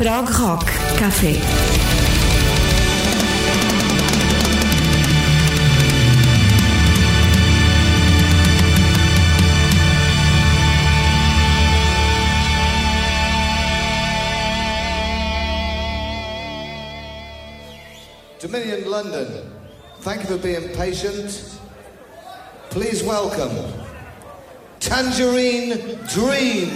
Prog Rock Café. Dominion London, thank you for being patient. Please welcome Tangerine Dream.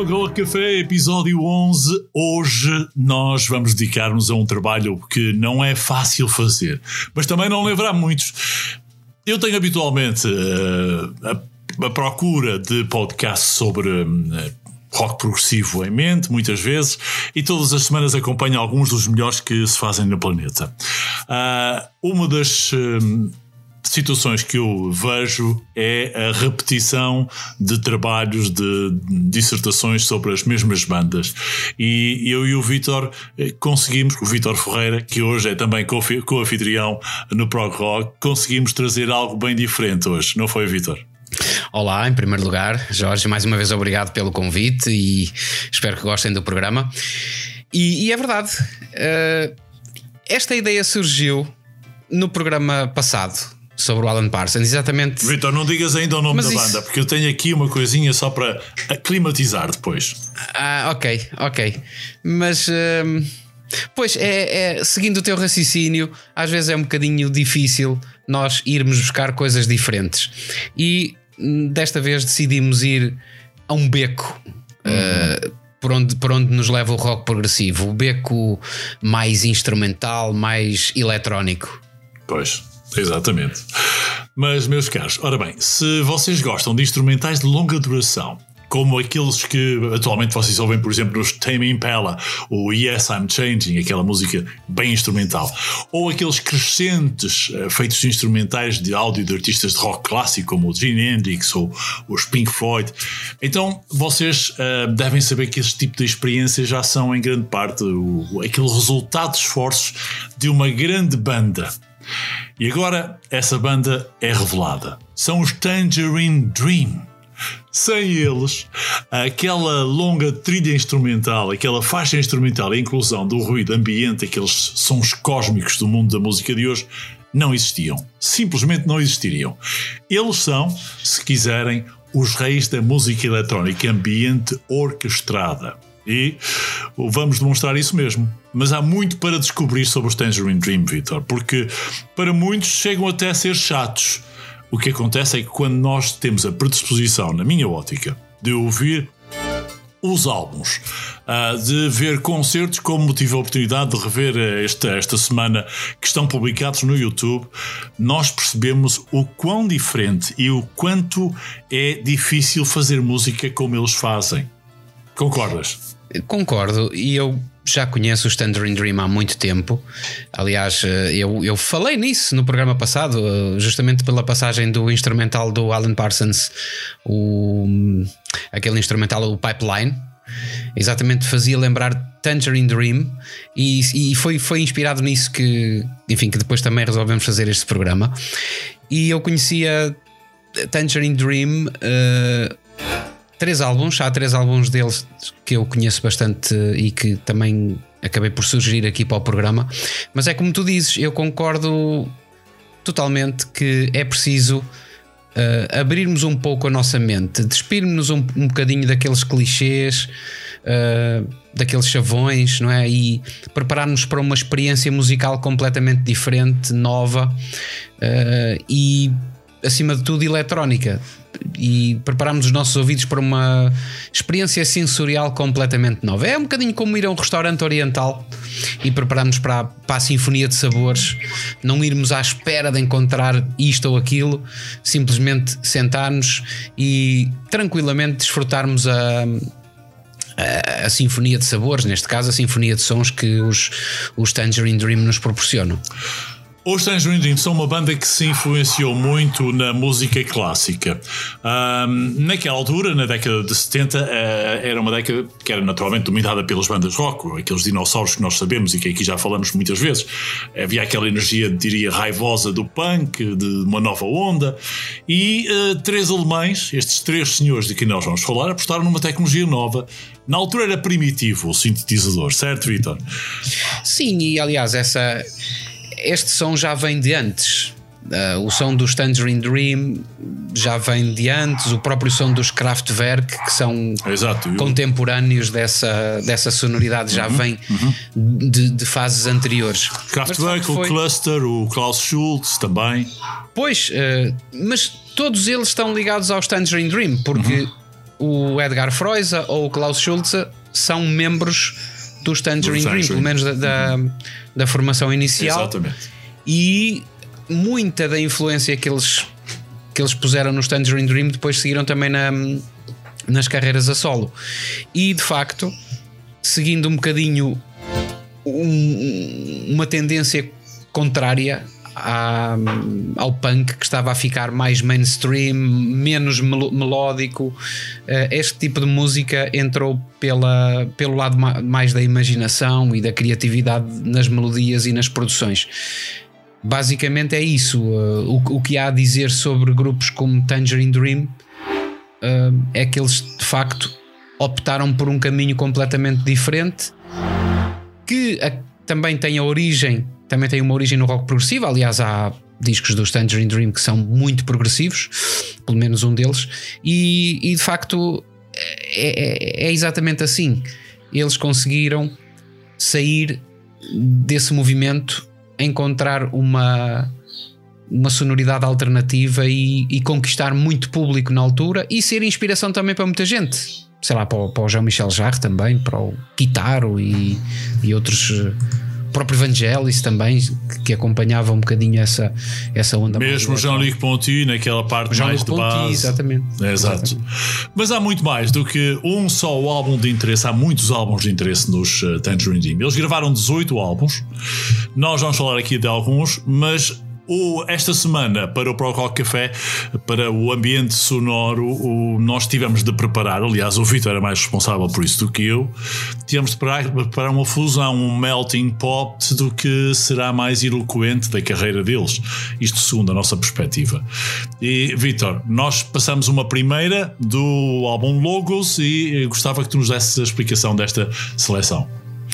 Prog Café, episódio 11. Hoje nós vamos dedicar-nos a um trabalho que não é fácil fazer, mas também não levará muitos. Eu tenho habitualmente a procura de podcasts sobre rock progressivo em mente, muitas vezes, e todas as semanas acompanho alguns dos melhores que se fazem no planeta. Uma das situações que eu vejo é a repetição de trabalhos de dissertações sobre as mesmas bandas, e eu e o Vítor conseguimos, o Vítor Ferreira, que hoje é também co-anfitrião no Prog Rock, conseguimos trazer algo bem diferente hoje, não foi, Vítor? Olá, em primeiro lugar, Jorge, mais uma vez obrigado pelo convite e espero que gostem do programa. E é verdade, esta ideia surgiu no programa passado sobre o Alan Parsons, exatamente. Vítor, não digas ainda o nome da banda, porque eu tenho aqui uma coisinha só para aclimatizar depois. Ok. Mas, pois, seguindo o teu raciocínio, às vezes é um bocadinho difícil nós irmos buscar coisas diferentes. E desta vez decidimos ir a um beco. Por onde nos leva o rock progressivo, o beco mais instrumental, mais eletrónico. Pois, exatamente. Mas, meus caros, ora bem, se vocês gostam de instrumentais de longa duração, como aqueles que atualmente vocês ouvem, por exemplo, nos Tame Impala, o Yes, I'm Changing, aquela música bem instrumental, ou aqueles crescentes feitos de instrumentais de áudio de artistas de rock clássico, como o Jimi Hendrix ou os Pink Floyd, então vocês devem saber que esse tipo de experiências já são, em grande parte, aquele resultado de esforços de uma grande banda. E agora essa banda é revelada. São os Tangerine Dream. Sem eles, aquela longa trilha instrumental, aquela faixa instrumental e a inclusão do ruído ambiente, aqueles sons cósmicos do mundo da música de hoje, não existiam. Simplesmente não existiriam. Eles são, se quiserem, os reis da música eletrónica ambiente orquestrada. E vamos demonstrar isso mesmo. Mas há muito para descobrir sobre os Tangerine Dream, Vítor, porque para muitos chegam até a ser chatos. O que acontece é que quando nós temos a predisposição, na minha ótica, de ouvir os álbuns, de ver concertos, como tive a oportunidade de rever esta semana, que estão publicados no YouTube, nós percebemos o quão diferente e o quanto é difícil fazer música como eles fazem. Concordas? Concordo, e eu já conheço os Tangerine Dream há muito tempo. Aliás, eu falei nisso no programa passado, justamente pela passagem do instrumental do Alan Parsons, aquele instrumental, o Pipeline. Exatamente, fazia lembrar Tangerine Dream, e foi inspirado nisso que depois também resolvemos fazer este programa. E eu conhecia Tangerine Dream, há 3 álbuns deles que eu conheço bastante e que também acabei por sugerir aqui para o programa. Mas é como tu dizes, eu concordo totalmente que é preciso abrirmos um pouco a nossa mente, despirmos um bocadinho daqueles clichês, daqueles chavões, não é? E preparar-nos para uma experiência musical completamente diferente, nova, e acima de tudo eletrónica, e prepararmos os nossos ouvidos para uma experiência sensorial completamente nova. É um bocadinho como ir a um restaurante oriental e prepararmos para a sinfonia de sabores, não irmos à espera de encontrar isto ou aquilo, simplesmente sentar-nos e tranquilamente desfrutarmos a sinfonia de sabores, neste caso a sinfonia de sons que os Tangerine Dream nos proporcionam. Os Tangerine Dream são uma banda que se influenciou muito na música clássica. Naquela altura, na década de 70, era uma década que era naturalmente dominada pelas bandas rock, aqueles dinossauros que nós sabemos e que aqui já falamos muitas vezes. Havia aquela energia, diria, raivosa do punk, de uma nova onda, e 3 alemães, estes 3 senhores de que nós vamos falar, apostaram numa tecnologia nova. Na altura era primitivo o sintetizador, certo, Vítor? Sim, e aliás este som já vem de antes. O som dos Tangerine Dream já vem de antes, o próprio som dos Kraftwerk, que são contemporâneos dessa sonoridade, já vem de fases anteriores. Kraftwerk, o Cluster, o Klaus Schulze também. Pois, mas todos eles estão ligados aos Tangerine Dream, porque o Edgar Freuza ou o Klaus Schulze são membros dos Tangerine Dream, pelo menos da formação inicial. Exatamente. E muita da influência que eles puseram nos Tangerine Dream depois seguiram também nas carreiras a solo. E de facto, seguindo um bocadinho uma tendência contrária ao punk, que estava a ficar mais mainstream, menos melódico, este tipo de música entrou pelo lado mais da imaginação e da criatividade nas melodias e nas produções. Basicamente é isso. O que há a dizer sobre grupos como Tangerine Dream é que eles de facto optaram por um caminho completamente diferente, que também tem uma origem no rock progressivo. Aliás, há discos dos Tangerine Dream que são muito progressivos, pelo menos um deles, e de facto é exatamente assim. Eles conseguiram sair desse movimento, encontrar uma sonoridade alternativa e conquistar muito público na altura e ser inspiração também para muita gente. Sei lá, para o Jean-Michel Jarre também, para o Guitaro e outros, o próprio Vangelis também, que acompanhava um bocadinho essa onda. Mesmo Jean-Luc Ponty naquela parte mais de base. Exatamente. Exato. Mas há muito mais do que um só álbum de interesse. Há muitos álbuns de interesse nos Tangerine Dream. Eles gravaram 18 álbuns. Nós vamos falar aqui de alguns, mas esta semana, para o Prog Rock Café, para o ambiente sonoro, nós tivemos de preparar, aliás o Vitor era mais responsável por isso do que eu, tivemos de preparar uma fusão, um melting pot do que será mais eloquente da carreira deles, isto segundo a nossa perspectiva. E Vitor, nós passamos uma primeira do álbum Logos e gostava que tu nos desses a explicação desta seleção.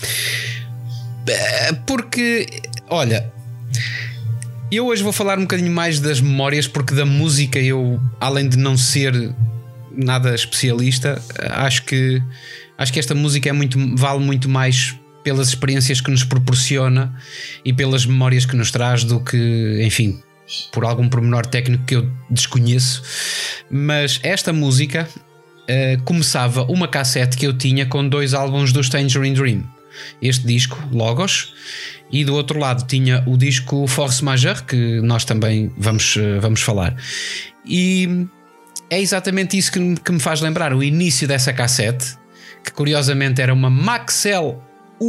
Porque, olha, eu hoje vou falar um bocadinho mais das memórias, porque da música eu, além de não ser nada especialista, acho que esta música vale muito mais pelas experiências que nos proporciona e pelas memórias que nos traz do que, enfim, por algum pormenor técnico que eu desconheço. Mas esta música começava uma cassete que eu tinha com 2 álbuns dos Tangerine Dream. Este disco, Logos, e do outro lado tinha o disco Force Majeure, que nós também vamos falar. E é exatamente isso que me faz lembrar o início dessa cassete, que curiosamente era uma Maxell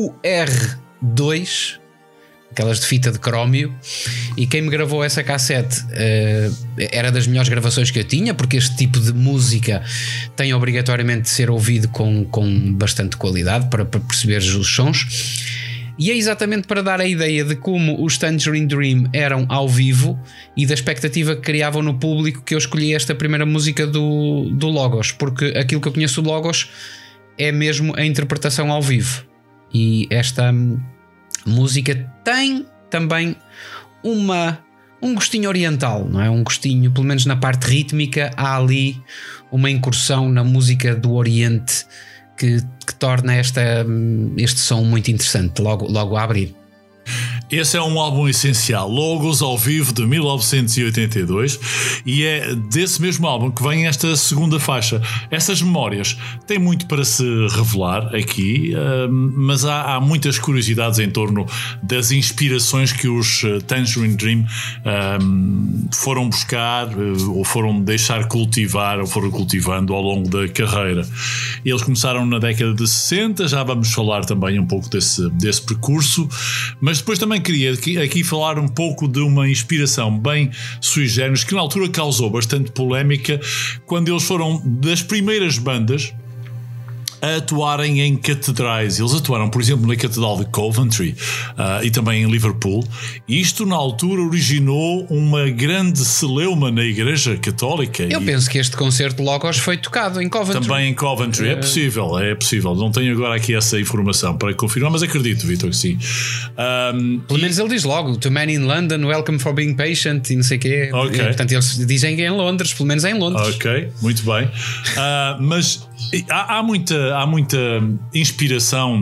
UR2, aquelas de fita de crómio, e quem me gravou essa cassete era das melhores gravações que eu tinha, porque este tipo de música tem obrigatoriamente de ser ouvido com bastante qualidade para perceber os sons. E é exatamente para dar a ideia de como os Tangerine Dream eram ao vivo e da expectativa que criavam no público que eu escolhi esta primeira música do Logos, porque aquilo que eu conheço do Logos é mesmo a interpretação ao vivo. E esta música tem também um gostinho oriental, não é? Um gostinho, pelo menos na parte rítmica, há ali uma incursão na música do Oriente que torna este som muito interessante logo a abrir. Esse é um álbum essencial, Logos ao vivo de 1982, e é desse mesmo álbum que vem esta segunda faixa. Essas memórias têm muito para se revelar aqui, mas há muitas curiosidades em torno das inspirações que os Tangerine Dream foram buscar ou foram deixar cultivar ou foram cultivando ao longo da carreira. Eles começaram na década de 60, já vamos falar também um pouco desse percurso, mas depois também queria aqui falar um pouco de uma inspiração bem sui generis que na altura causou bastante polémica quando eles foram das primeiras bandas a atuarem em catedrais. Eles atuaram, por exemplo, na Catedral de Coventry e também em Liverpool. Isto na altura originou uma grande celeuma na Igreja Católica. Eu penso que este concerto Logos foi tocado em Coventry. Também em Coventry, é possível. Não tenho agora aqui essa informação para confirmar, mas acredito, Vitor, que sim. Pelo menos ele diz logo: To Man in London, welcome for being patient, e não sei o quê. Okay. Portanto, eles dizem que é em Londres, pelo menos é em Londres. Ok, muito bem. Mas há muita inspiração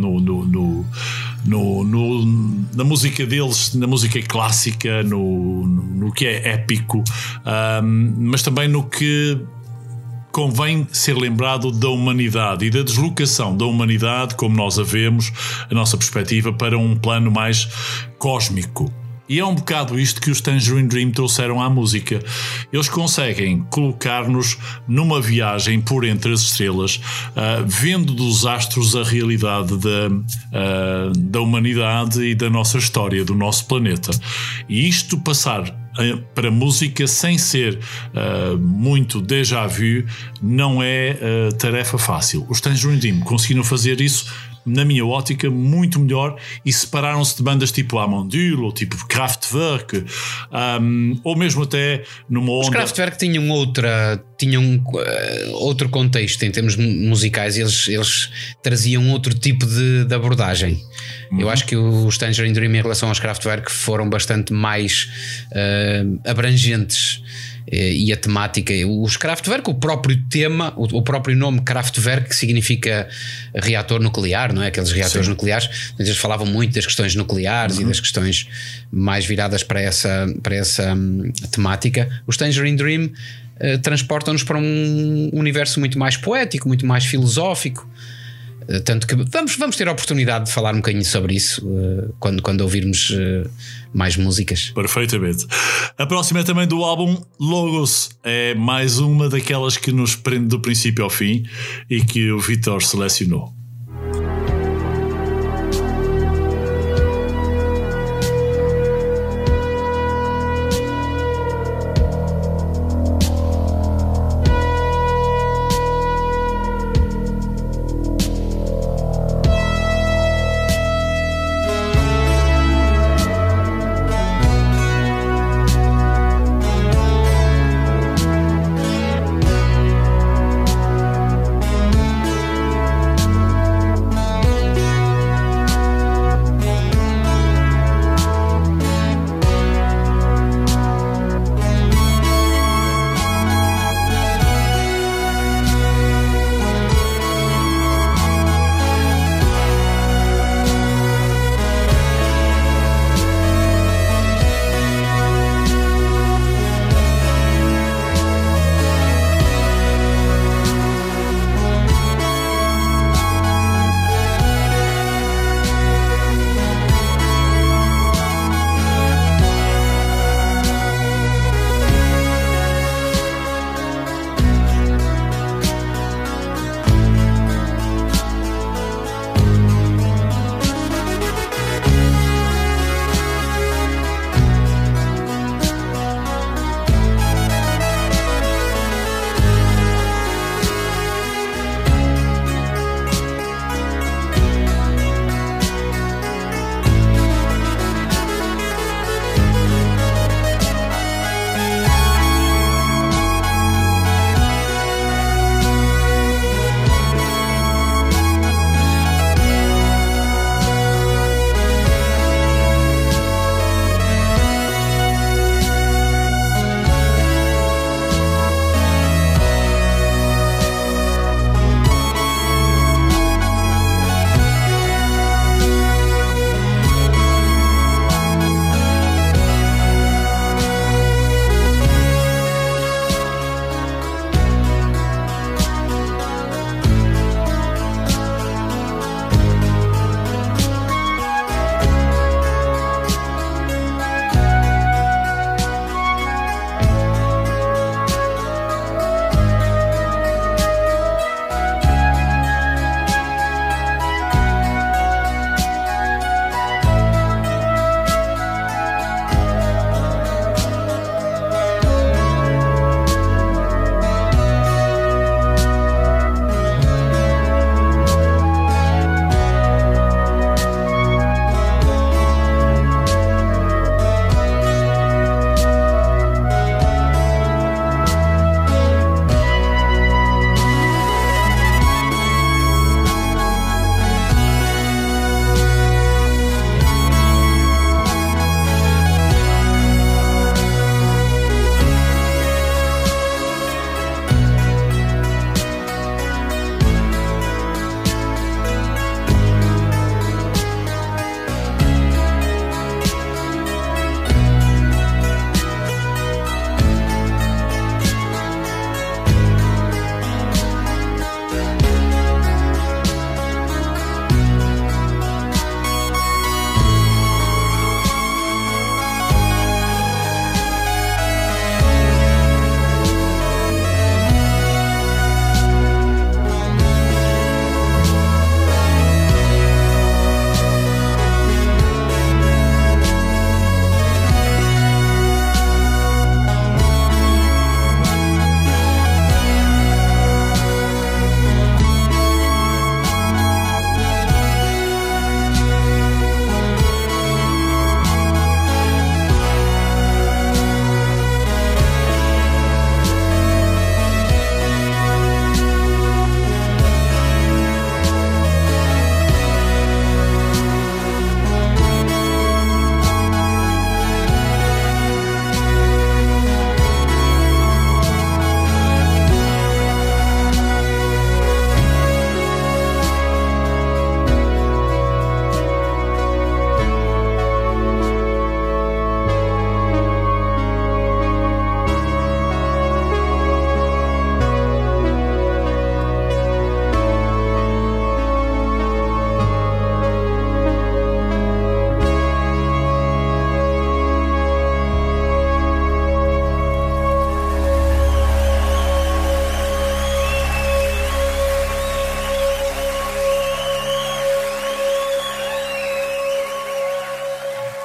na música deles, na música clássica, no que é épico, mas também no que convém ser lembrado da humanidade e da deslocação da humanidade, como nós a vemos, a nossa perspectiva, para um plano mais cósmico. E é um bocado isto que os Tangerine Dream trouxeram à música. Eles conseguem colocar-nos numa viagem por entre as estrelas, vendo dos astros a realidade da humanidade e da nossa história, do nosso planeta. E isto passar para música sem ser muito déjà vu não é tarefa fácil. Os Tangerine Dream conseguiram fazer isso, na minha ótica, muito melhor, e separaram-se de bandas tipo Amondyl ou tipo Kraftwerk, ou mesmo até numa onda... Os Kraftwerk tinham outro contexto em termos musicais. Eles traziam outro tipo de abordagem. Eu acho que os Tangerine Dream, em relação aos Kraftwerk, foram bastante mais abrangentes. E a temática, os Kraftwerk, o próprio tema, o próprio nome Kraftwerk, que significa reator nuclear, não é? Aqueles reatores nucleares. Eles falavam muito das questões nucleares e das questões mais viradas para essa temática. Os Tangerine Dream transportam-nos para um universo muito mais poético, muito mais filosófico. Tanto que vamos ter a oportunidade de falar um bocadinho sobre isso quando ouvirmos mais músicas. Perfeitamente. A próxima é também do álbum Logos. É mais uma daquelas que nos prende do princípio ao fim e que o Vítor selecionou.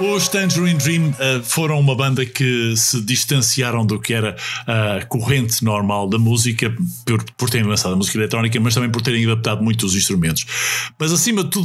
Os Tangerine Dream foram uma banda que se distanciaram do que era a corrente normal da música por terem lançado a música eletrónica, mas também por terem adaptado muito os instrumentos. Mas acima de tudo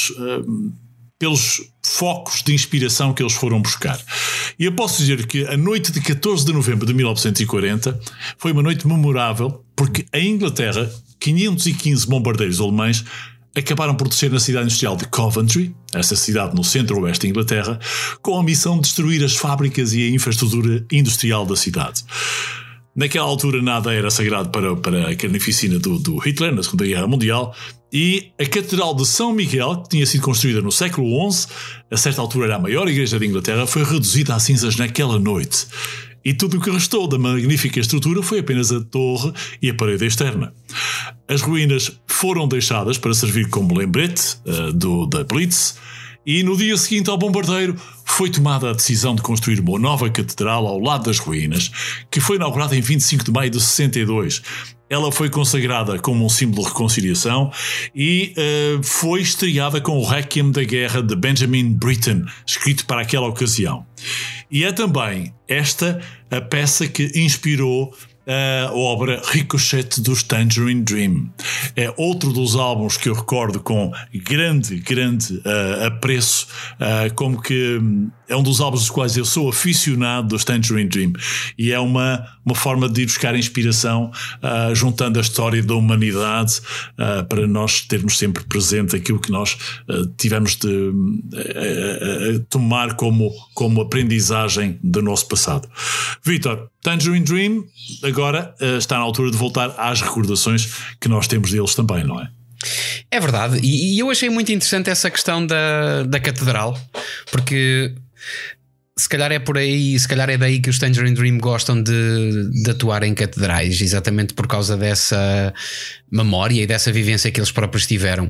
pelos focos de inspiração que eles foram buscar. E eu posso dizer que a noite de 14 de novembro de 1940 foi uma noite memorável porque em Inglaterra 515 bombardeiros alemães acabaram por descer na cidade industrial de Coventry, essa cidade no centro-oeste da Inglaterra, com a missão de destruir as fábricas e a infraestrutura industrial da cidade. Naquela altura nada era sagrado para a carnificina do Hitler, na Segunda Guerra Mundial, e a Catedral de São Miguel, que tinha sido construída no século XI, a certa altura era a maior igreja da Inglaterra, foi reduzida a cinzas naquela noite. E tudo o que restou da magnífica estrutura foi apenas a torre e a parede externa. As ruínas foram deixadas para servir como lembrete da Blitz, e no dia seguinte ao bombardeiro foi tomada a decisão de construir uma nova catedral ao lado das ruínas, que foi inaugurada em 25 de maio de 62. Ela foi consagrada como um símbolo de reconciliação e foi estreada com o Requiem da Guerra de Benjamin Britten, escrito para aquela ocasião. E é também esta a peça que inspirou a obra Ricochet dos Tangerine Dream. É outro dos álbuns que eu recordo com grande apreço, como que é um dos álbuns dos quais eu sou aficionado dos Tangerine Dream, e é uma forma de ir buscar inspiração, juntando a história da humanidade, para nós termos sempre presente aquilo que nós tivemos de tomar como aprendizagem do nosso passado. Vítor, Tangerine Dream agora está na altura de voltar às recordações que nós temos deles também, não é? É verdade, e eu achei muito interessante essa questão da catedral, porque se calhar é por aí, se calhar é daí que os Tangerine Dream gostam de atuar em catedrais, exatamente por causa dessa memória e dessa vivência que eles próprios tiveram.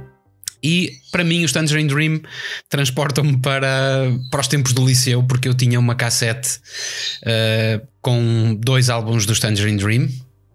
E para mim os Tangerine Dream transportam-me para os tempos do liceu, porque eu tinha uma cassete com 2 álbuns dos Tangerine Dream.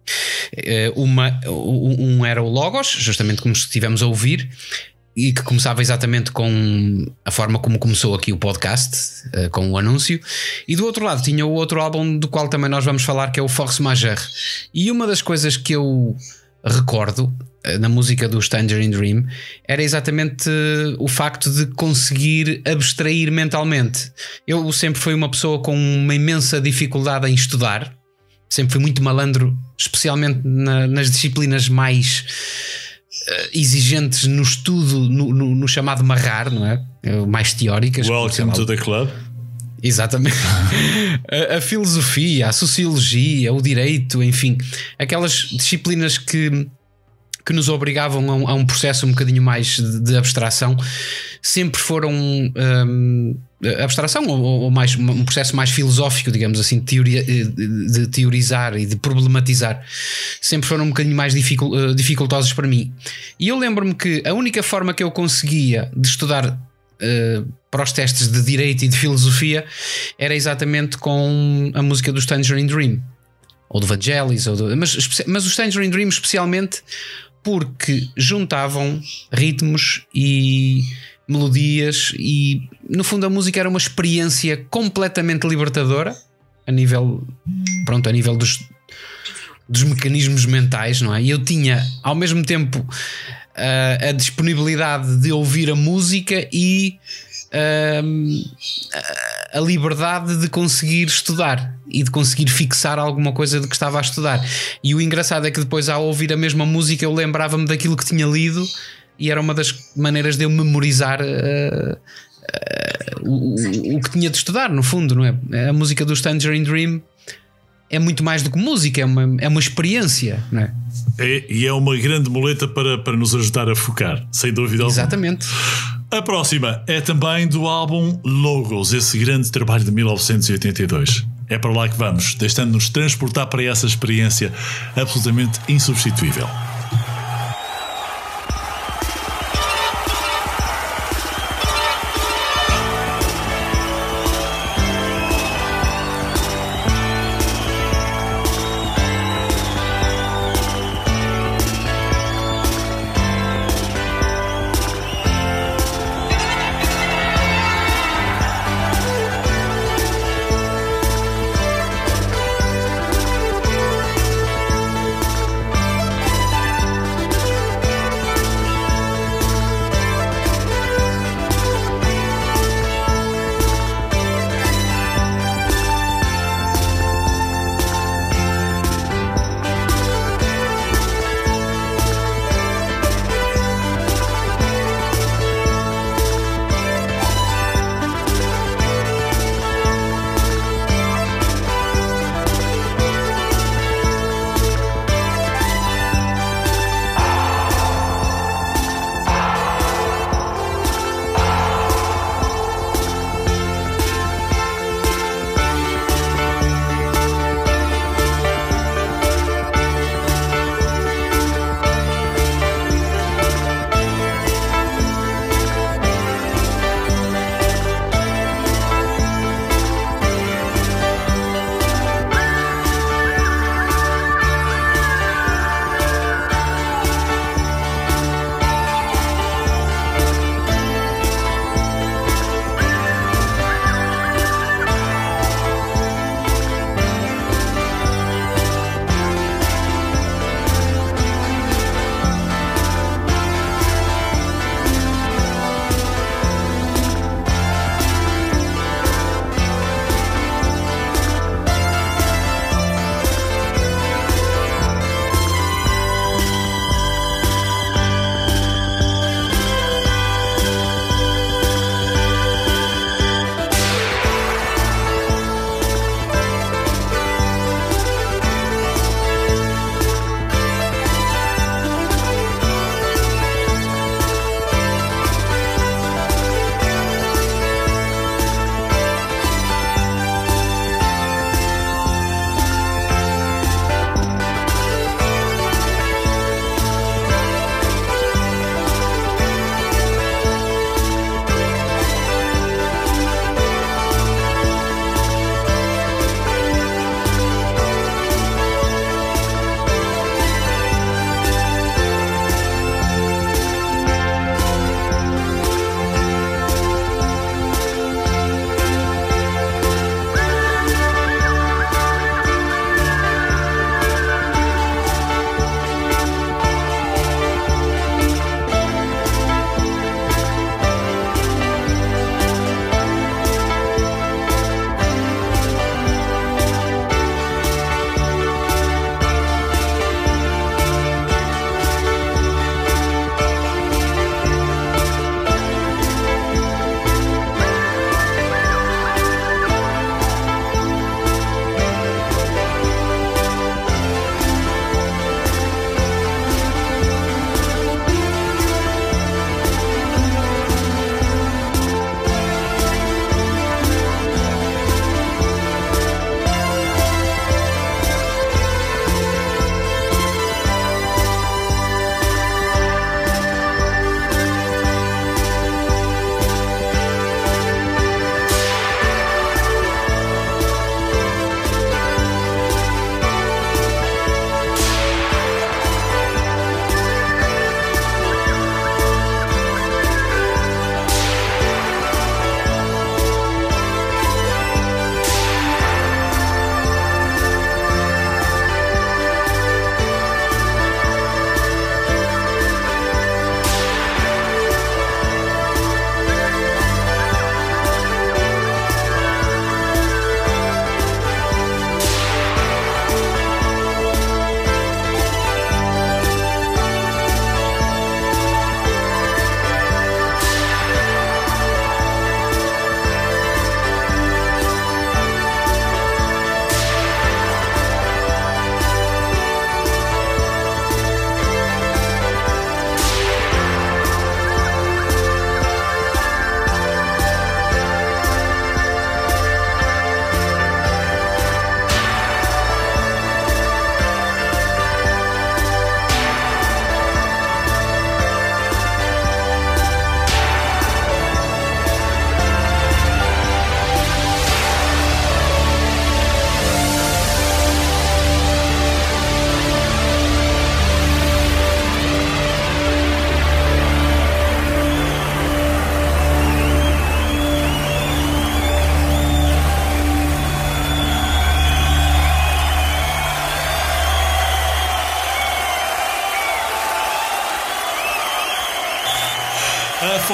Um era o Logos, justamente como estivemos a ouvir, e que começava exatamente com a forma como começou aqui o podcast, com o anúncio. E do outro lado tinha o outro álbum do qual também nós vamos falar, que é o Force Majeure. E uma das coisas que eu recordo na música dos Tangerine Dream era exatamente o facto de conseguir abstrair mentalmente. Eu sempre fui uma pessoa com uma imensa dificuldade em estudar, sempre fui muito malandro, especialmente nas disciplinas mais exigentes no estudo, no chamado marrar, não é? Mais teóricas. Welcome to the club. Exatamente. A filosofia, a sociologia, o direito, enfim, aquelas disciplinas que nos obrigavam a um processo um bocadinho mais de abstração, sempre foram abstração ou mais, um processo mais filosófico, digamos assim, de teorizar e de problematizar, sempre foram um bocadinho mais dificultosos para mim. E eu lembro-me que a única forma que eu conseguia de estudar para os testes de direito e de filosofia era exatamente com a música dos Tangerine Dream ou do Vangelis, mas os Tangerine Dream especialmente porque juntavam ritmos e melodias, e no fundo a música era uma experiência completamente libertadora a nível dos mecanismos mentais, não é? E eu tinha ao mesmo tempo a disponibilidade de ouvir a música e a liberdade de conseguir estudar e de conseguir fixar alguma coisa de que estava a estudar. E o engraçado é que depois, ao ouvir a mesma música, eu lembrava-me daquilo que tinha lido, e era uma das maneiras de eu memorizar o que tinha de estudar, no fundo, não é? A música dos Tangerine Dream é muito mais do que música, é uma experiência, não é? E é uma grande muleta para nos ajudar a focar, sem dúvida alguma. Exatamente. A próxima é também do álbum Logos, esse grande trabalho de 1982. É para lá que vamos, deixando-nos transportar para essa experiência absolutamente insubstituível.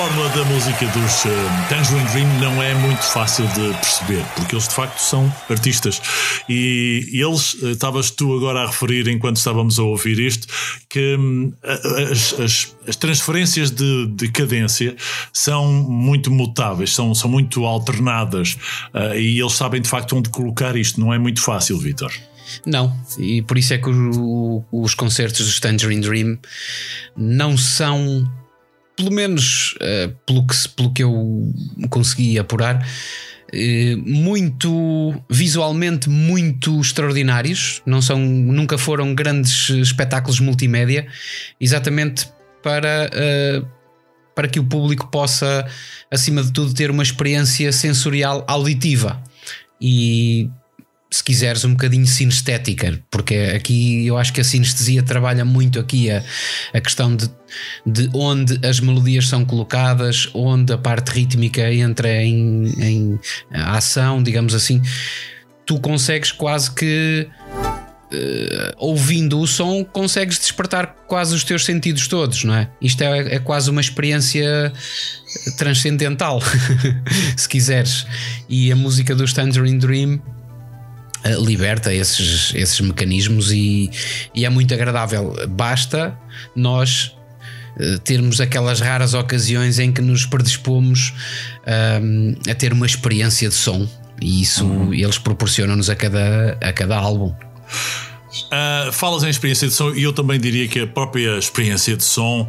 fórmula da música dos Tangerine Dream não é muito fácil de perceber, porque eles de facto são artistas e eles, estavas tu agora a referir enquanto estávamos a ouvir isto, que as transferências de cadência são muito mutáveis, são muito alternadas, e eles sabem de facto onde colocar isto. Não é muito fácil, Vítor. Não, e por isso é que os concertos dos Tangerine Dream não são, pelo menos pelo que eu consegui apurar, muito visualmente muito extraordinários. Nunca foram grandes espetáculos multimédia, exatamente para que o público possa, acima de tudo, ter uma experiência sensorial auditiva e, se quiseres, um bocadinho sinestética, porque aqui eu acho que a sinestesia trabalha muito aqui a questão de onde as melodias são colocadas, onde a parte rítmica entra em ação, digamos assim. Tu consegues quase que, ouvindo o som, consegues despertar quase os teus sentidos todos, não é? Isto é quase uma experiência transcendental, se quiseres. E a música dos Tangerine Dream liberta esses mecanismos e é muito agradável. Basta nós termos aquelas raras ocasiões em que nos predispomos a ter uma experiência de som, e isso eles proporcionam-nos a cada álbum. Falas em experiência de som, e eu também diria que a própria experiência de som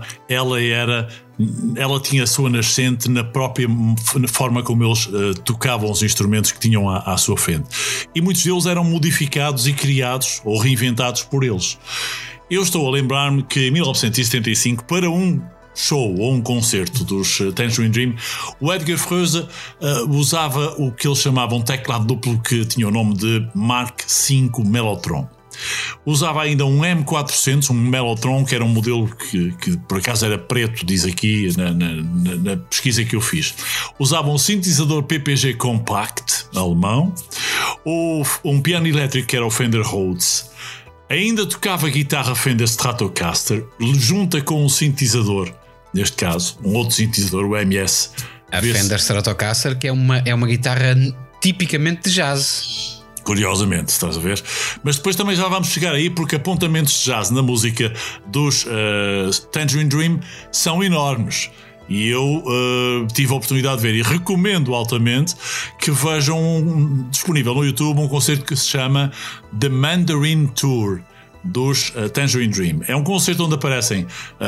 ela tinha a sua nascente na própria forma como eles tocavam os instrumentos que tinham à sua frente, e muitos deles eram modificados e criados ou reinventados por eles. Eu estou a lembrar-me que em 1975, para um show ou um concerto dos Tangerine Dream, o Edgar Froese usava o que eles chamavam teclado duplo, que tinha o nome de Mark V Mellotron. Usava ainda um M400, um Mellotron, que era um modelo que por acaso era preto, diz aqui na pesquisa que eu fiz. Usava um sintetizador PPG Compact alemão, ou um piano elétrico que era o Fender Rhodes. Ainda tocava guitarra Fender Stratocaster, junta com um sintetizador, neste caso um outro sintetizador, o MS. A Fender Stratocaster, que é uma guitarra tipicamente de jazz. Curiosamente, estás a ver? Mas depois também já vamos chegar aí, porque apontamentos de jazz na música dos Tangerine Dream são enormes. E eu tive a oportunidade de ver, e recomendo altamente que vejam disponível no YouTube um concerto que se chama The Mandarin Tour dos Tangerine Dream. É um concerto onde aparecem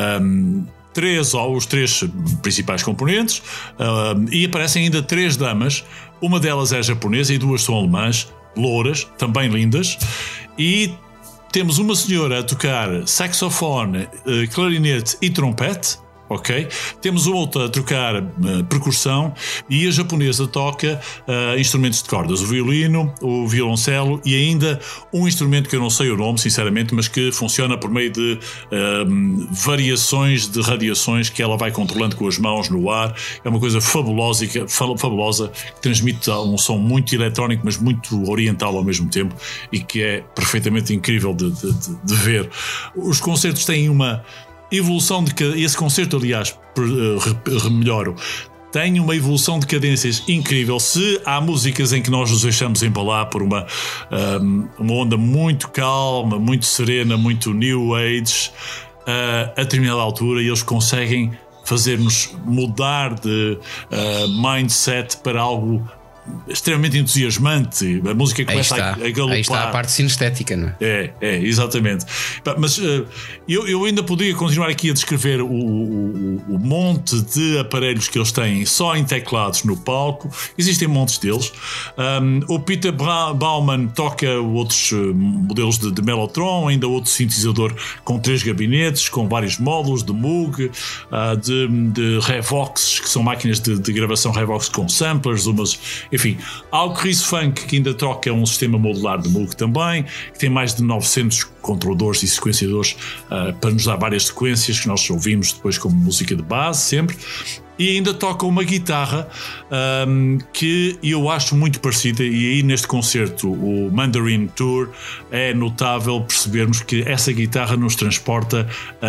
os três principais componentes, e aparecem ainda 3 damas. Uma delas é japonesa e 2 são alemãs, louras, também lindas, e temos uma senhora a tocar saxofone, clarinete e trompete. Ok? Temos outra a tocar percussão, e a japonesa toca instrumentos de cordas, o violino, o violoncelo e ainda um instrumento que eu não sei o nome, sinceramente, mas que funciona por meio de variações de radiações que ela vai controlando com as mãos no ar. É uma coisa fabulosa, que transmite um som muito eletrónico, mas muito oriental ao mesmo tempo, e que é perfeitamente incrível de ver. Os concertos têm uma evolução esse concerto, aliás, melhoro, tem uma evolução de cadências incrível. Se há músicas em que nós nos deixamos embalar por uma onda muito calma, muito serena, muito new age, a determinada altura eles conseguem fazer-nos mudar de mindset para algo extremamente entusiasmante. A música começa a galopar. Aí está a parte sinestética, não é? É, exatamente. Mas eu ainda poderia continuar aqui a descrever o monte de aparelhos que eles têm só em teclados no palco. Existem montes deles. O Peter Baumann toca outros modelos de Mellotron, ainda outro sintetizador com 3 gabinetes, com vários módulos de Moog, de Revox, que são máquinas de gravação Revox com samplers, enfim, há o Chris Funk, que ainda troca um sistema modular de Moog também, que tem mais de 900 controladores e sequenciadores para nos dar várias sequências que nós ouvimos depois como música de base sempre. E ainda toca uma guitarra que eu acho muito parecida, e aí neste concerto, o Mandarin Tour, é notável percebermos que essa guitarra nos transporta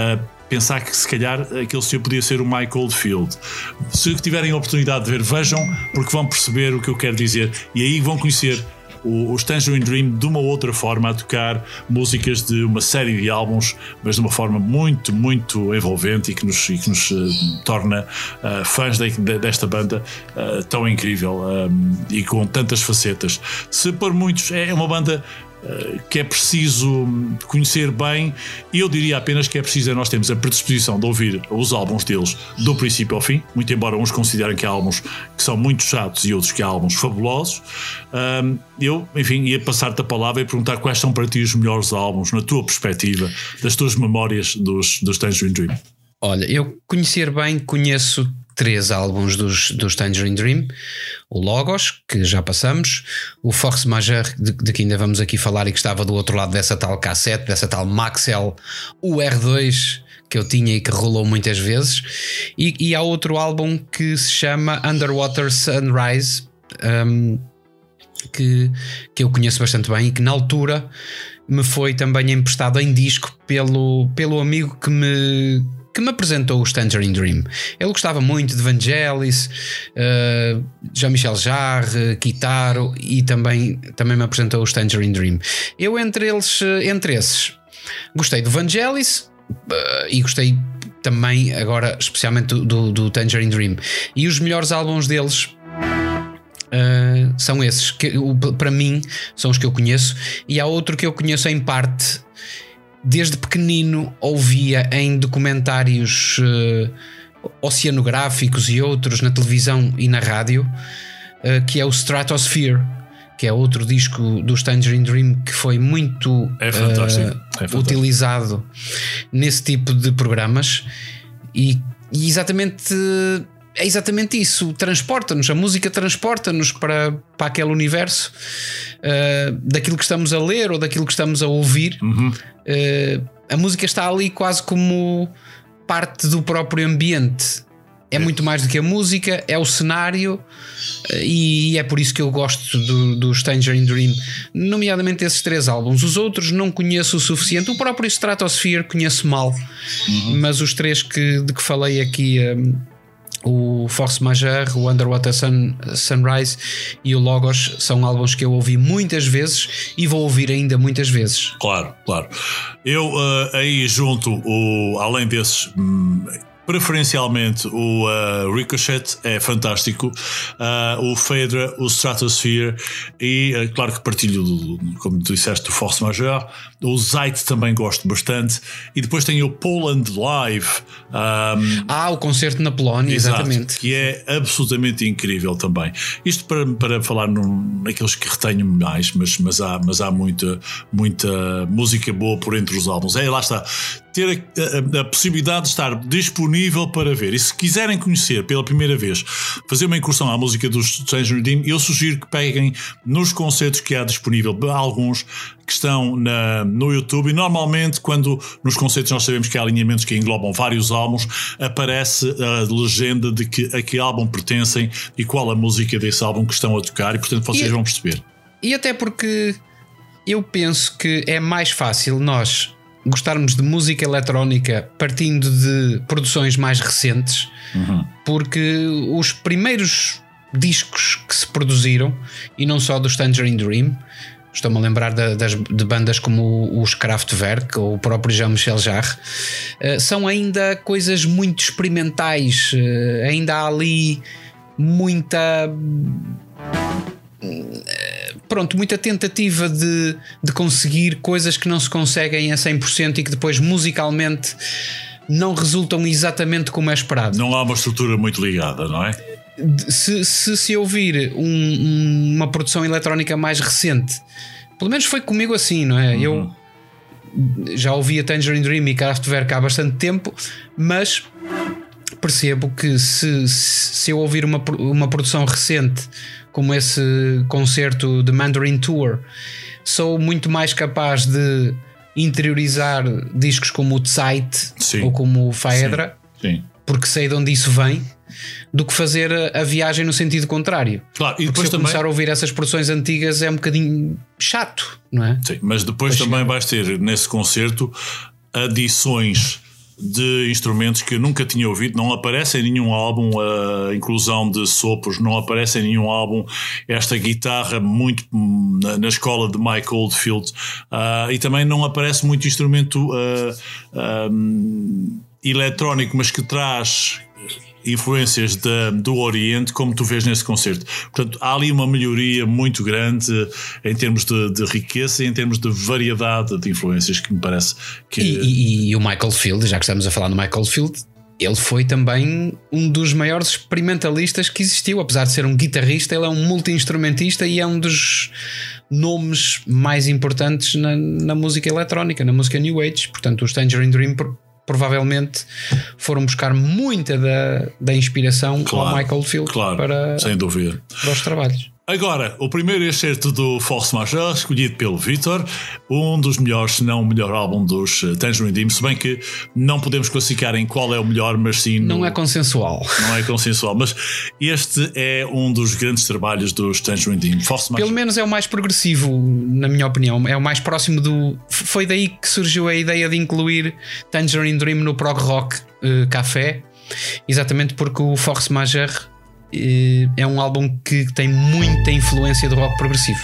pensar que se calhar aquele senhor podia ser o Mike Oldfield. Se tiverem a oportunidade de ver, vejam, porque vão perceber o que eu quero dizer e aí vão conhecer os Tangerine Dream de uma outra forma, a tocar músicas de uma série de álbuns, mas de uma forma muito, muito envolvente e que nos torna fãs desta banda tão incrível e com tantas facetas. Se por muitos é uma banda que é preciso conhecer bem, eu diria apenas que é preciso nós termos a predisposição de ouvir os álbuns deles do princípio ao fim, muito embora uns considerem que há álbuns que são muito chatos e outros que há álbuns fabulosos. Eu, enfim, ia passar-te a palavra e perguntar quais são para ti os melhores álbuns, na tua perspectiva, das tuas memórias dos Tangerine Dream. Olha, eu conhecer bem, conheço 3 álbuns dos Tangerine Dream: o Logos, que já passamos, o Force Majeure, de que ainda vamos aqui falar e que estava do outro lado dessa tal cassete, dessa tal Maxell, o R2 que eu tinha e que rolou muitas vezes, e há outro álbum que se chama Underwater Sunrise, que eu conheço bastante bem e que na altura me foi também emprestado em disco pelo amigo que me apresentou os Tangerine Dream. Ele gostava muito de Vangelis, Jean-Michel Jarre, Kitaro, e também me apresentou os Tangerine Dream. Eu entre esses gostei do Vangelis e gostei também agora especialmente do Tangerine Dream, e os melhores álbuns deles são esses que para mim são os que eu conheço, e há outro que eu conheço em parte. Desde pequenino ouvia em documentários oceanográficos e outros na televisão e na rádio, que é o Stratosphere, que é outro disco dos Tangerine Dream que foi muito utilizado nesse tipo de programas, e é exatamente isso, transporta-nos, a música transporta-nos para aquele universo daquilo que estamos a ler ou daquilo que estamos a ouvir. A música está ali quase como parte do próprio ambiente. É muito mais do que a música, é o cenário, e é por isso que eu gosto dos Tangerine Dream, nomeadamente esses 3 álbuns. Os outros não conheço o suficiente, o próprio Stratosphere conheço mal, mas os 3 de que falei aqui, o Force Majeure, o Underwater Sunrise e o Logos, são álbuns que eu ouvi muitas vezes e vou ouvir ainda muitas vezes. Claro. Eu aí junto, além desses, preferencialmente o Ricochet é fantástico, o Phaedra, o Stratosphere, e claro que partilho como tu disseste, do Force Majeure. O Zeit também gosto bastante, e depois tem o Poland Live, o concerto na Polónia, exatamente, que é absolutamente incrível também. Isto para falar naqueles que retenho mais, mas há muita música boa por entre os álbuns. Lá está, ter a possibilidade de estar disponível para ver, e se quiserem conhecer pela primeira vez, fazer uma incursão à música dos Tangerine Dream, eu sugiro que peguem nos concertos que há disponível. Há alguns que estão no YouTube, e normalmente quando nos concertos nós sabemos que há alinhamentos que englobam vários álbuns, aparece a legenda de que a que álbum pertencem e qual a música desse álbum que estão a tocar, e portanto vocês vão perceber. E até porque eu penso que é mais fácil nós gostarmos de música eletrónica partindo de produções mais recentes, porque os primeiros discos que se produziram, e não só dos Tangerine Dream, estou-me a lembrar de bandas como os Kraftwerk ou o próprio Jean-Michel Jarre, são ainda coisas muito experimentais, ainda há ali muita tentativa de conseguir coisas que não se conseguem a 100% e que depois musicalmente não resultam exatamente como é esperado. Não há uma estrutura muito ligada, não é? Se ouvir uma produção eletrónica mais recente, pelo menos foi comigo assim, não é? Eu já ouvia Tangerine Dream e Kraftwerk há bastante tempo, mas percebo que se eu ouvir uma produção recente como esse concerto de Mandarin Tour, sou muito mais capaz de interiorizar discos como o Zeit ou como o Phaedra, porque sei de onde isso vem, do que fazer a viagem no sentido contrário. Claro, e depois se eu começar a ouvir essas produções antigas é um bocadinho chato, não é? Sim, mas depois também vais ter nesse concerto adições de instrumentos que nunca tinha ouvido. Não aparece em nenhum álbum a inclusão de sopros, não aparece em nenhum álbum esta guitarra muito na escola de Mike Oldfield, e também não aparece muito instrumento eletrónico, mas que traz influências do Oriente, como tu vês nesse concerto. Portanto, há ali uma melhoria muito grande em termos de riqueza e em termos de variedade de influências, que me parece que... E o Michael Field, já que estamos a falar do Michael Field, ele foi também um dos maiores experimentalistas que existiu. Apesar de ser um guitarrista, ele é um multi-instrumentista e é um dos nomes mais importantes na música eletrónica, na música New Age. Portanto, os Tangerine Dream provavelmente foram buscar muita da inspiração ao Michael Field, sem dúvida, para os trabalhos. Agora, o primeiro excerto do Force Majeure, escolhido pelo Vítor, um dos melhores, se não o melhor álbum dos Tangerine Dream, se bem que não podemos classificar em qual é o melhor, mas sim... Não é consensual. Não é consensual, mas este é um dos grandes trabalhos dos Tangerine Dream. Force Majeure. Pelo menos é o mais progressivo, na minha opinião. É o mais próximo do... Foi daí que surgiu a ideia de incluir Tangerine Dream no prog rock café, exatamente porque o Force Majeure é um álbum que tem muita influência do rock progressivo.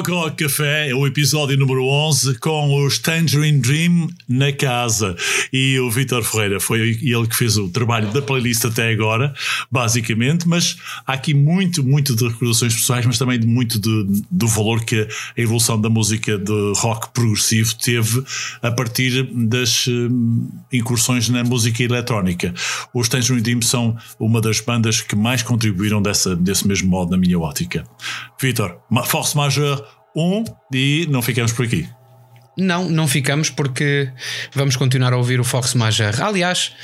Prog Rock Café é o episódio número 11 com os Tangerine Dream na casa. E o Vítor Ferreira foi ele que fez o trabalho da playlist até agora, basicamente. Mas há aqui muito de recordações pessoais, mas também muito do valor que a evolução da música de rock progressivo teve a partir das incursões na música eletrónica. Os Tangerine Dream são uma das bandas que mais contribuíram desse mesmo modo, na minha ótica. Vítor, Force Majeure 1 e não ficamos por aqui. Não ficamos, porque vamos continuar a ouvir o Force Majeure. Aliás,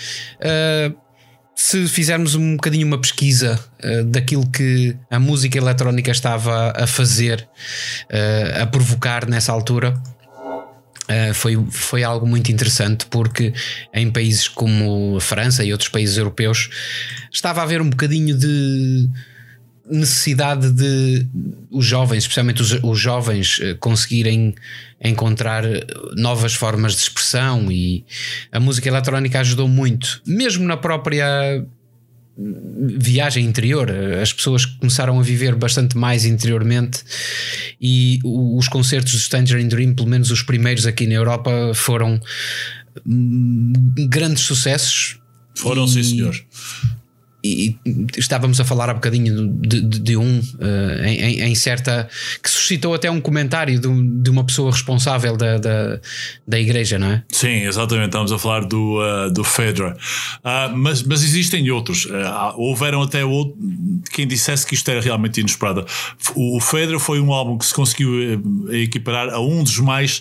se fizermos um bocadinho uma pesquisa daquilo que a música eletrónica estava a fazer, a provocar nessa altura, foi algo muito interessante, porque em países como a França e outros países europeus estava a haver um bocadinho de necessidade de os jovens, especialmente os jovens, conseguirem encontrar novas formas de expressão, e a música eletrónica ajudou muito, mesmo na própria viagem interior. As pessoas começaram a viver bastante mais interiormente, e os concertos dos Tangerine Dream, pelo menos os primeiros aqui na Europa, foram grandes sucessos. Sim senhor. E estávamos a falar há bocadinho de em certa, que suscitou até um comentário de uma pessoa responsável da igreja, não é? Sim, exatamente, estamos a falar do Fedra, mas existem outros. Houveram até quem dissesse que isto era realmente inesperado. O Fedra foi um álbum que se conseguiu equiparar a um dos mais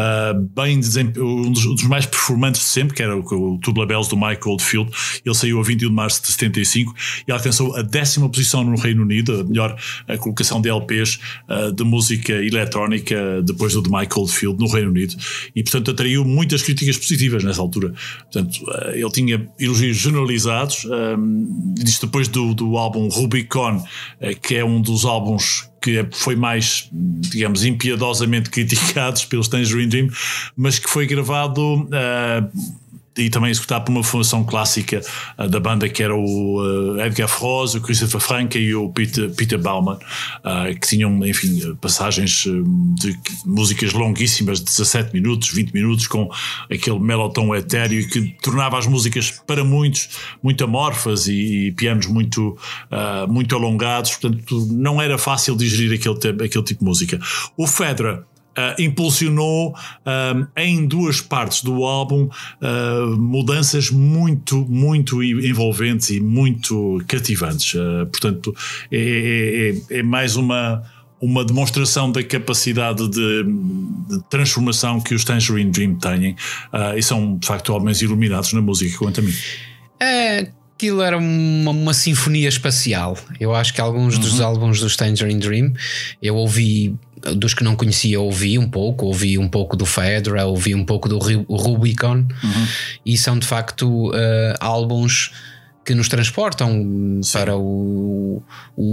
um dos mais performantes de sempre, que era o Tubular Bells do Mike Oldfield. Ele saiu a 21 de março de 75 e alcançou a 10ª posição no Reino Unido, a melhor colocação de LPs de música eletrónica depois do de Mike Oldfield no Reino Unido, e portanto atraiu muitas críticas positivas nessa altura. Portanto, ele tinha elogios generalizados. Isto depois do álbum Rubicon, que é um dos álbuns que foi mais, digamos, impiedosamente criticados pelos Tangerine Dream, mas que foi gravado e também executado por uma formação clássica da banda, que era o Edgar Froese, o Christopher Franke e o Peter Baumann, que tinham, enfim, passagens de músicas longuíssimas de 17 minutos, 20 minutos, com aquele melotão etéreo que tornava as músicas para muitos muito amorfas e pianos muito alongados. Portanto, não era fácil digerir aquele tipo de música. O Fedra impulsionou em duas partes do álbum mudanças muito envolventes e muito cativantes. Portanto, é mais uma demonstração da capacidade de transformação que os Tangerine Dream têm, e são de facto homens iluminados na música, quanto a mim. Aquilo era uma sinfonia espacial. Eu acho que alguns dos álbuns dos Tangerine Dream eu ouvi, dos que não conhecia, ouvi um pouco do Fedra, ouvi um pouco do Rubicon, e são de facto álbuns que nos transportam para o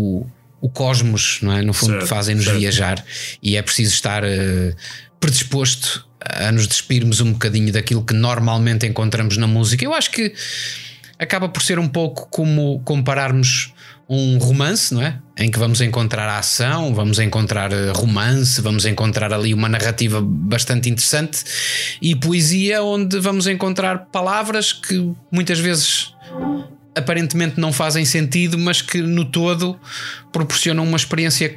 cosmos, não é? No fundo, fazem-nos viajar, e é preciso estar predisposto a nos despirmos um bocadinho daquilo que normalmente encontramos na música. Eu acho que acaba por ser um pouco como compararmos um romance, não é? Em que vamos encontrar a ação, vamos encontrar romance, vamos encontrar ali uma narrativa bastante interessante, e poesia, onde vamos encontrar palavras que muitas vezes aparentemente não fazem sentido, mas que no todo proporcionam uma experiência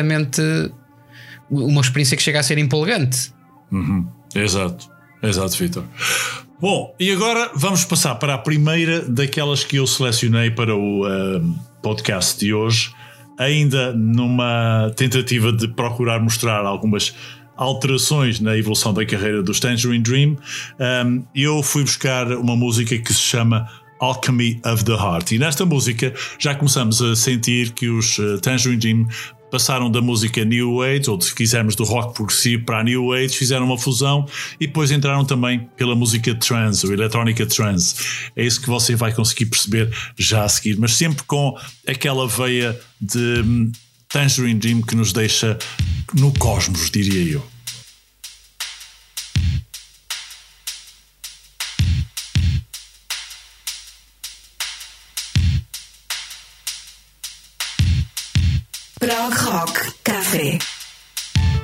que chega a ser empolgante. Exato, Vítor. Bom, e agora vamos passar para a primeira daquelas que eu selecionei para o podcast de hoje, ainda numa tentativa de procurar mostrar algumas alterações na evolução da carreira dos Tangerine Dream. Eu fui buscar uma música que se chama Alchemy of the Heart, e nesta música já começamos a sentir que os Tangerine Dream passaram da música New Age, ou se quisermos do rock progressivo, para a New Age, fizeram uma fusão e depois entraram também pela música trance, ou eletrónica trance. É isso que você vai conseguir perceber já a seguir, mas sempre com aquela veia de Tangerine Dream que nos deixa no cosmos, diria eu. Prog Rock Café.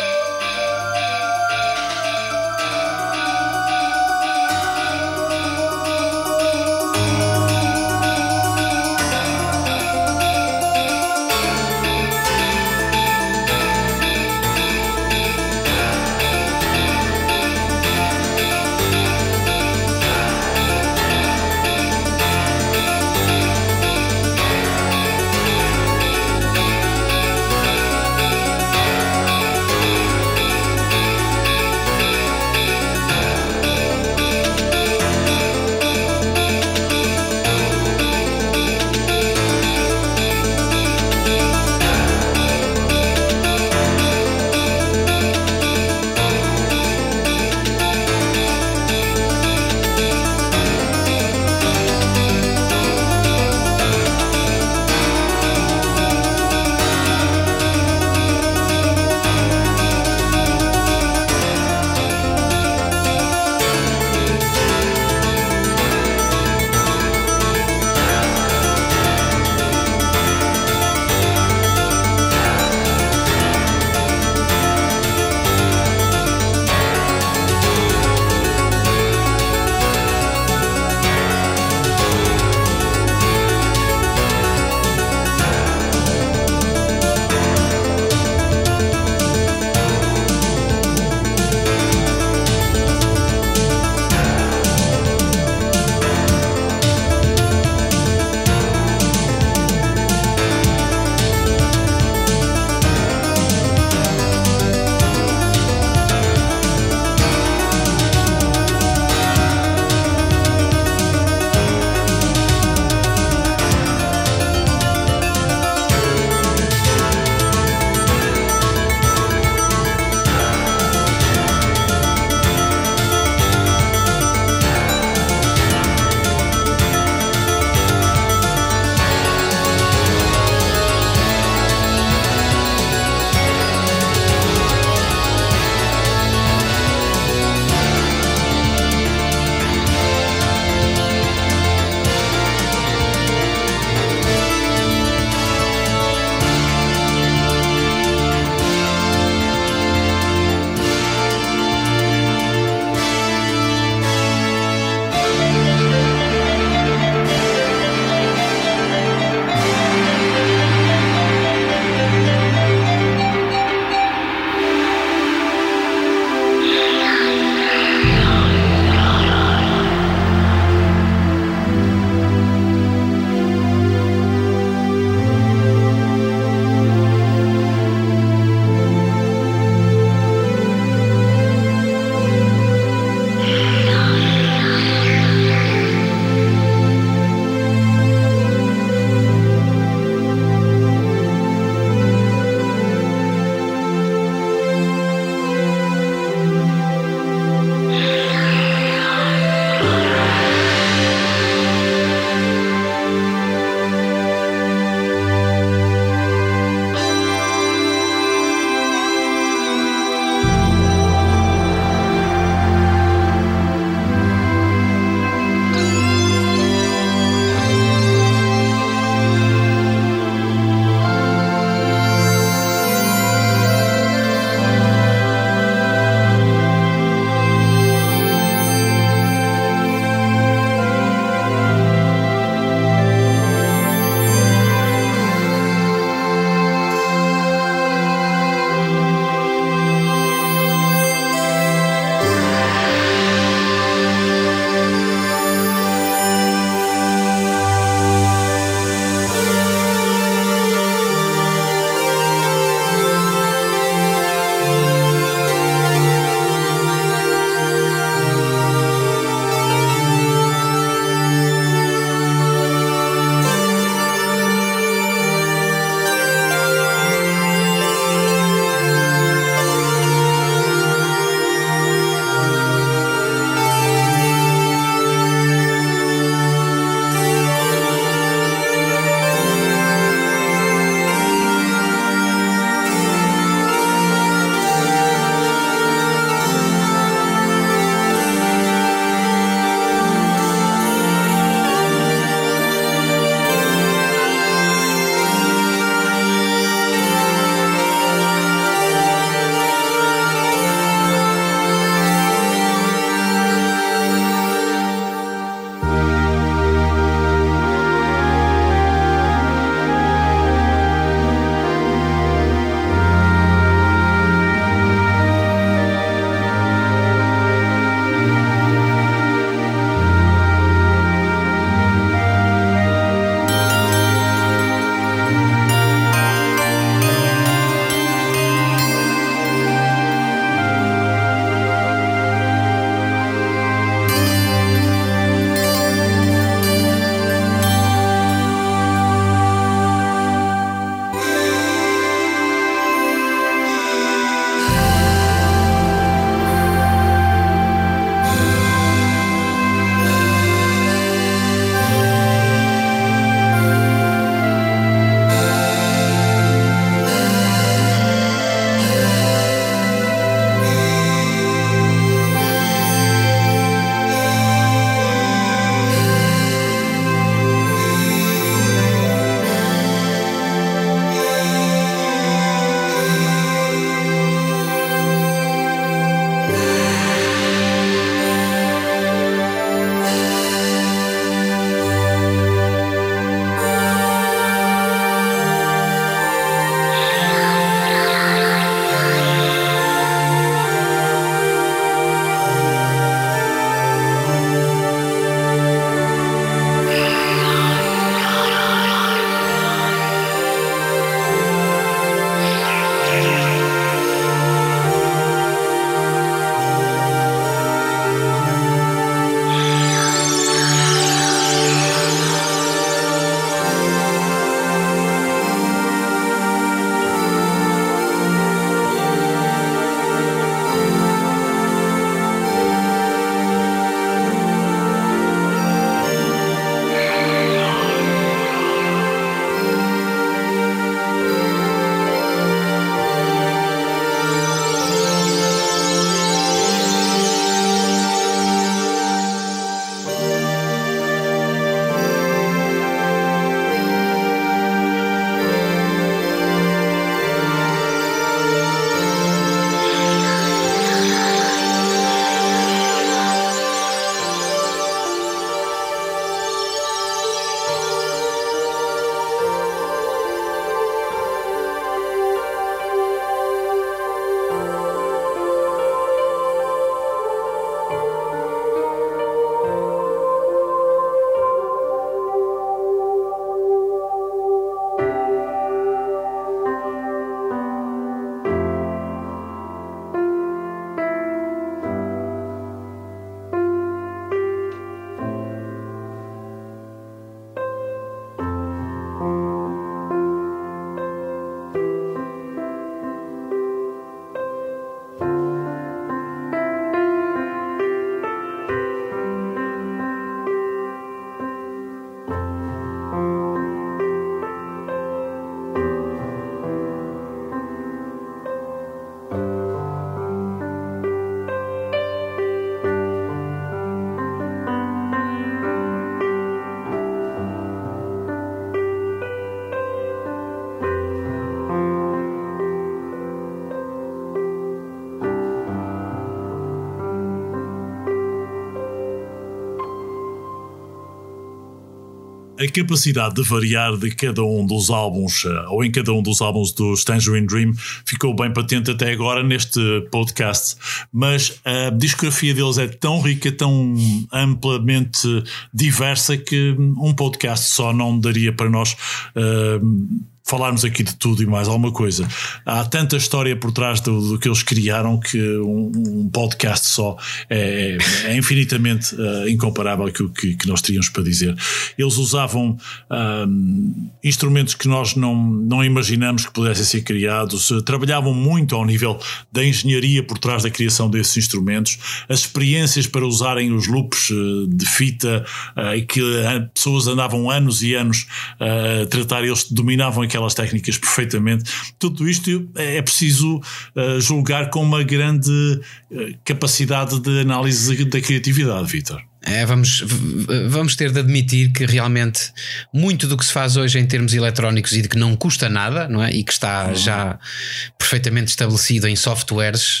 a capacidade de variar de cada um dos álbuns, ou em cada um dos álbuns dos Tangerine Dream, ficou bem patente até agora neste podcast. Mas a discografia deles é tão rica, tão amplamente diversa, que um podcast só não daria para nós falarmos aqui de tudo e mais alguma coisa. Há tanta história por trás do que eles criaram que um podcast só é infinitamente incomparável com o que nós teríamos para dizer. Eles usavam instrumentos que nós não imaginamos que pudessem ser criados, trabalhavam muito ao nível da engenharia por trás da criação desses instrumentos, as experiências para usarem os loops de fita, e que pessoas andavam anos e anos a tratar, eles dominavam aquelas técnicas perfeitamente. Tudo isto é preciso julgar com uma grande capacidade de análise da criatividade, Vítor. Vamos ter de admitir que realmente muito do que se faz hoje em termos eletrónicos e de que não custa nada, não é? E que está já perfeitamente estabelecido em softwares,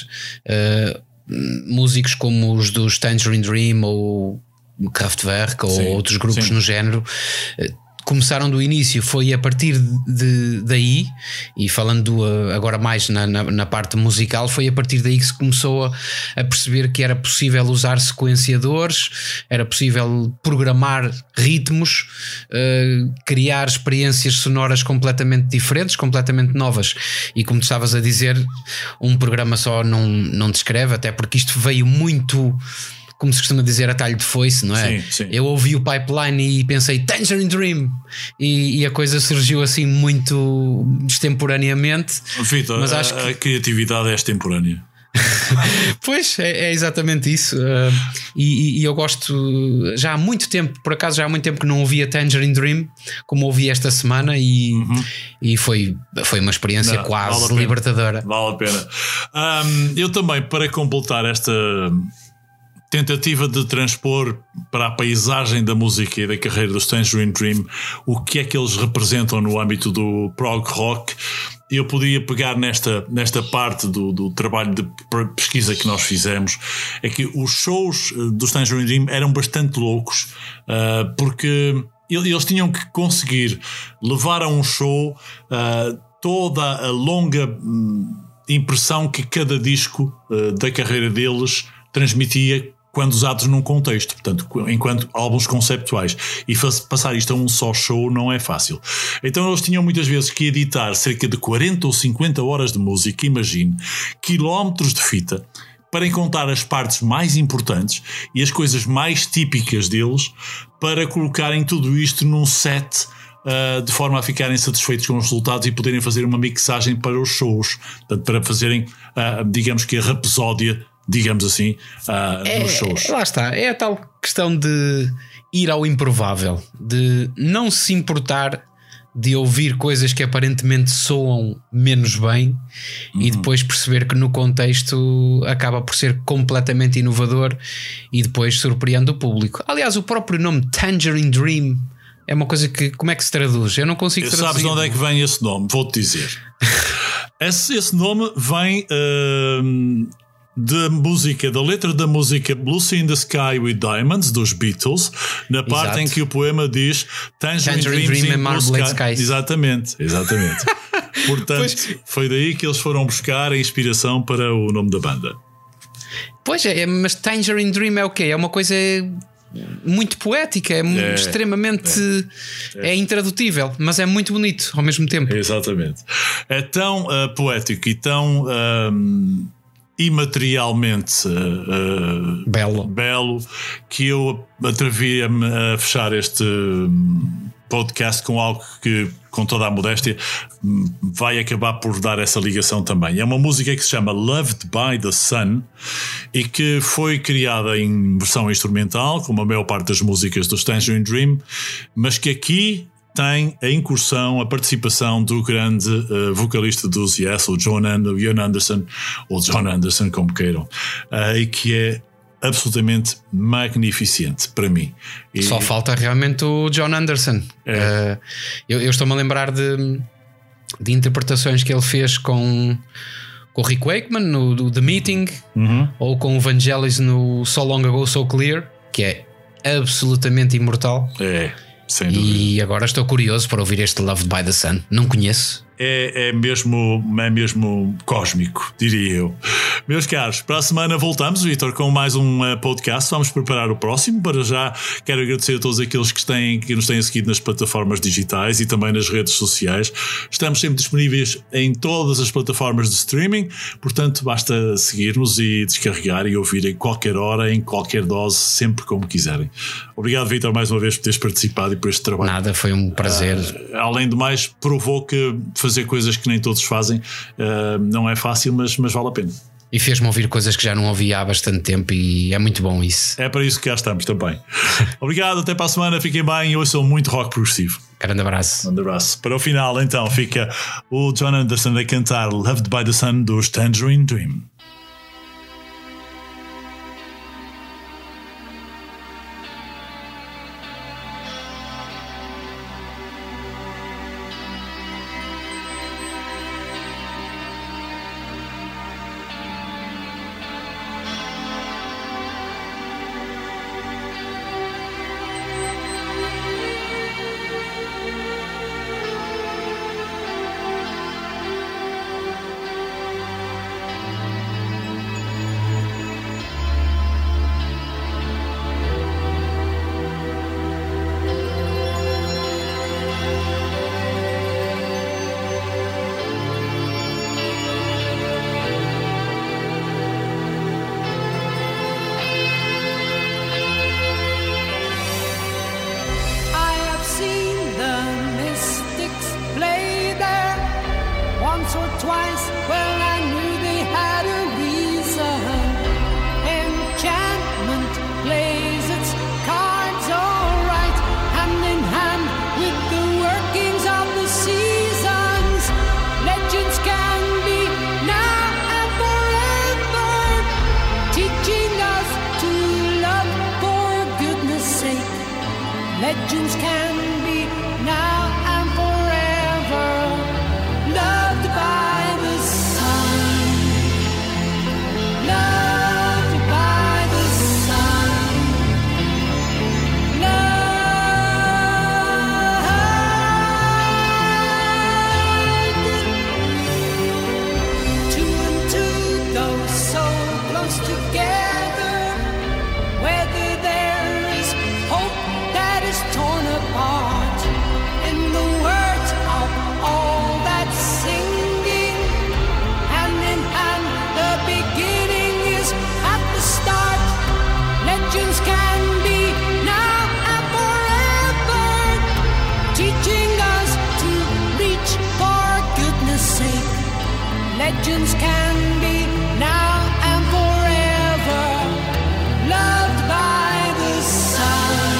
músicos como os dos Tangerine Dream ou Kraftwerk ou outros grupos no género começaram do início. Foi a partir daí, e falando agora mais na parte musical, foi a partir daí que se começou a perceber que era possível usar sequenciadores, era possível programar ritmos, criar experiências sonoras completamente diferentes, completamente novas. E como tu estavas a dizer, um programa só não descreve, até porque isto veio muito, como se costuma dizer, a talho de foice, não é? Sim. Eu ouvi o Pipeline e pensei Tangerine Dream, e a coisa surgiu assim muito extemporaneamente. Vitor, mas acho que a criatividade é extemporânea. Pois, é exatamente isso. E eu gosto, já há muito tempo, por acaso já há muito tempo que não ouvia Tangerine Dream, como ouvi esta semana, e foi uma experiência quase libertadora. Vale a pena. Eu também, para completar esta tentativa de transpor para a paisagem da música e da carreira dos Tangerine Dream o que é que eles representam no âmbito do prog rock, eu podia pegar nesta parte do trabalho de pesquisa que nós fizemos. É que os shows dos Tangerine Dream eram bastante loucos, porque eles tinham que conseguir levar a um show toda a longa impressão que cada disco da carreira deles transmitia quando usados num contexto, portanto, enquanto álbuns conceptuais. E passar isto a um só show não é fácil. Então eles tinham muitas vezes que editar cerca de 40 ou 50 horas de música, imagine, quilómetros de fita, para encontrar as partes mais importantes e as coisas mais típicas deles, para colocarem tudo isto num set, de forma a ficarem satisfeitos com os resultados e poderem fazer uma mixagem para os shows, portanto, para fazerem, digamos que a rapsódia, digamos assim, nos shows. Lá está, é a tal questão de ir ao improvável, de não se importar de ouvir coisas que aparentemente soam menos bem e depois perceber que no contexto acaba por ser completamente inovador e depois surpreende o público. Aliás, o próprio nome Tangerine Dream é uma coisa que, como é que se traduz? Eu não consigo traduzir. Sabes de onde é que vem esse nome? Vou-te dizer. Esse nome vem da letra da música Lucy in the Sky with Diamonds dos Beatles, na parte em que o poema diz Tangerine Dream in Marmalade Skies. Exatamente. Portanto, foi daí que eles foram buscar a inspiração para o nome da banda. Pois é, mas Tangerine Dream é o quê? É uma coisa muito poética, extremamente é intradutível, mas é muito bonito ao mesmo tempo. Exatamente. É tão poético e tão imaterialmente belo que eu atrevi-me a fechar este podcast com algo que, com toda a modéstia, vai acabar por dar essa ligação também. É uma música que se chama Loved by the Sun e que foi criada em versão instrumental, como a maior parte das músicas dos Tangerine Dream, mas que aqui tem a incursão, a participação do grande vocalista dos Yes, o Jon Anderson, ou John Anderson, como queiram, e que é absolutamente magnificente para mim. Só falta realmente o Jon Anderson. Eu estou-me a lembrar de interpretações que ele fez com o Rick Wakeman no The Meeting, ou com o Vangelis no So Long Ago So Clear, que é absolutamente imortal. Sem dúvida. E agora estou curioso para ouvir este Loved by the Sun. Não conheço. É mesmo cósmico, diria eu. Meus caros, para a semana voltamos, Vítor, com mais um podcast. Vamos preparar o próximo. Para já, quero agradecer a todos aqueles que nos têm seguido nas plataformas digitais e também nas redes sociais. Estamos sempre disponíveis em todas as plataformas de streaming, portanto, basta seguir-nos e descarregar e ouvir em qualquer hora, em qualquer dose, sempre como quiserem. Obrigado, Vítor, mais uma vez por teres participado e por este trabalho. Nada, foi um prazer. Além do mais, provou que fazer coisas que nem todos fazem não é fácil, mas vale a pena. E fez-me ouvir coisas que já não ouvia há bastante tempo e é muito bom isso. É para isso que cá estamos também. Obrigado, até para a semana, fiquem bem e ouçam muito rock progressivo. Grande abraço. Grande abraço. Para o final, então, fica o John Anderson a cantar Loved by the Sun dos Tangerine Dream. Legends can be now and forever, loved by the sun, loved by the sun, loved. Two and two go so close together, whether there is hope that is torn apart in the words of all that singing, hand in hand the beginning is at the start. Legends can be now and forever, teaching us to reach for goodness sake. Legends can be now and forever, loved by the sun.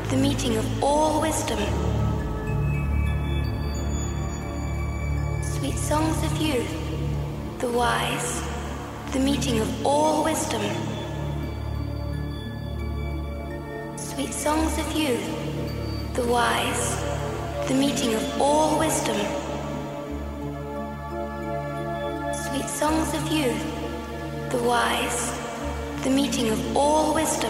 the meeting of all wisdom. Sweet songs of youth, the wise, the meeting of all wisdom. Sweet songs of youth, the wise, the meeting of all wisdom. Sweet songs of youth, the wise, the meeting of all wisdom.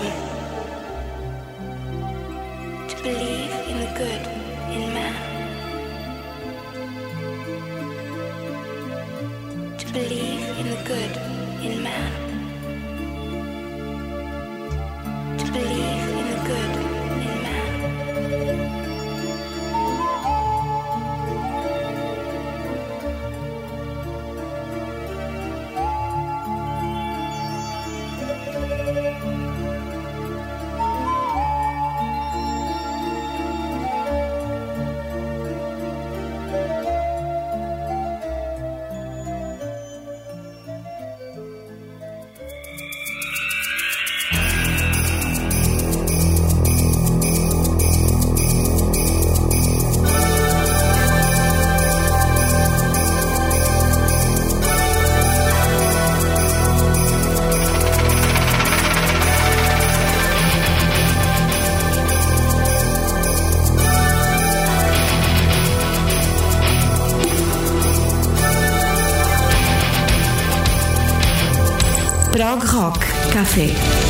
To believe in the good in man. To believe in the good in man. To believe in the good in man. Prog Rock Café.